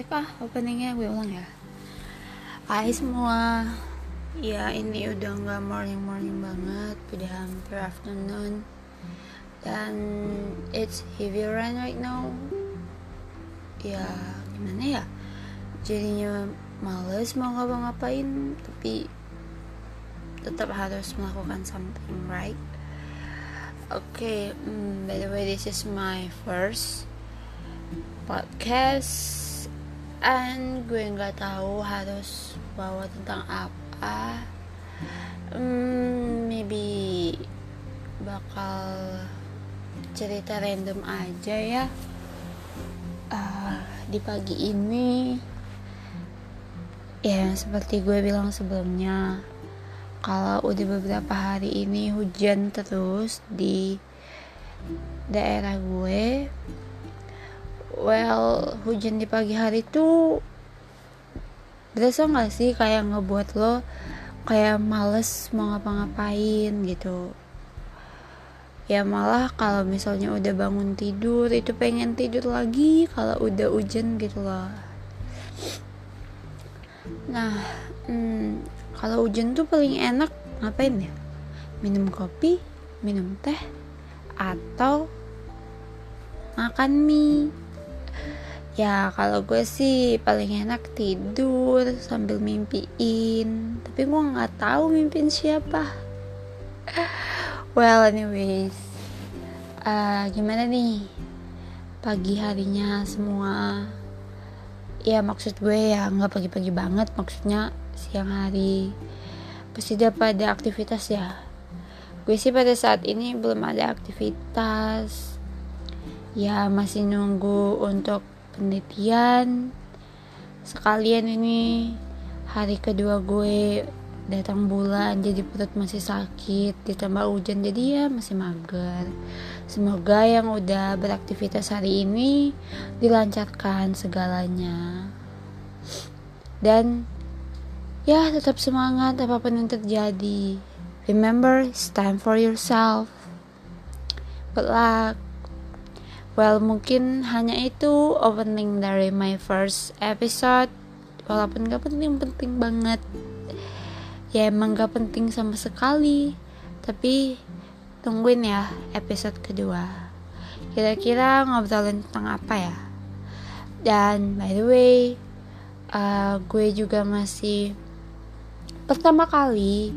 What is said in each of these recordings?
kah openingnya? Gue ulang ya. Hai semua. Ya ini udah gak morning banget, udah hampir afternoon. Dan it's heavy rain right now. Ya gimana ya, jadinya males mau ngapa-ngapain, tapi tetap harus melakukan something, right? Okay, by the way, this is my first podcast and gue nggak tahu harus bawa tentang apa. Maybe bakal cerita random aja ya. Di pagi ini ya seperti gue bilang sebelumnya, kalau udah beberapa hari ini hujan terus di daerah gue. Well, hujan di pagi hari tuh berasa gak sih kayak ngebuat lo kayak males mau ngapa-ngapain gitu. Ya malah kalau misalnya udah bangun tidur itu pengen tidur lagi kalau udah hujan gitu loh. Nah, kalau hujan tuh paling enak ngapain ya? Minum kopi, minum teh, atau makan mie. Ya kalau gue sih paling enak tidur sambil mimpiin, tapi gue nggak tahu mimpiin siapa. Well anyways, gimana nih pagi harinya semua? Ya maksud gue ya nggak pagi-pagi banget, maksudnya siang hari. Pasti udah pada aktivitas ya. Gue sih pada saat ini belum ada aktivitas. Ya masih nunggu untuk penelitian. Sekalian ini hari kedua gue datang bulan, jadi perut masih sakit, ditambah hujan, jadi ya masih mager. Semoga yang udah beraktivitas hari ini dilancarkan segalanya. Dan ya tetap semangat apapun yang terjadi. Remember, it's time for yourself. Good luck. Well, mungkin hanya itu opening dari my first episode. Walaupun gak penting-penting banget. Ya emang gak penting sama sekali. Tapi tungguin ya episode kedua. Kira-kira ngobrolin tentang apa ya? Dan by the way, gue juga masih pertama kali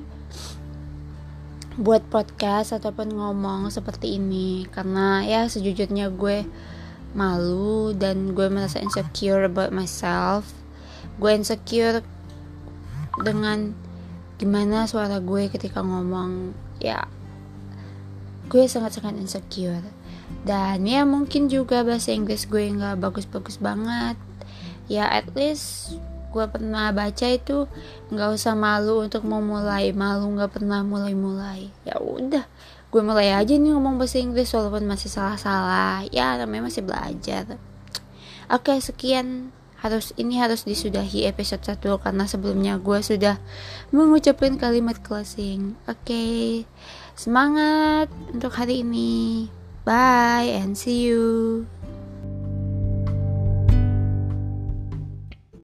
buat podcast ataupun ngomong seperti ini, karena ya sejujurnya gue malu dan gue merasa insecure about myself. Gue insecure dengan gimana suara gue ketika ngomong. Ya gue sangat-sangat insecure. Dan ya mungkin juga bahasa Inggris gue gak bagus-bagus banget. Ya at least gue pernah baca itu nggak usah malu untuk memulai, malu nggak pernah mulai. Ya udah, gue mulai aja nih ngomong bahasa Inggris walaupun masih salah-salah. Ya namanya masih belajar. Oke, sekian. Ini harus disudahi episode 1 karena sebelumnya gue sudah mengucapkan kalimat closing. Oke, semangat untuk hari ini. Bye and see you.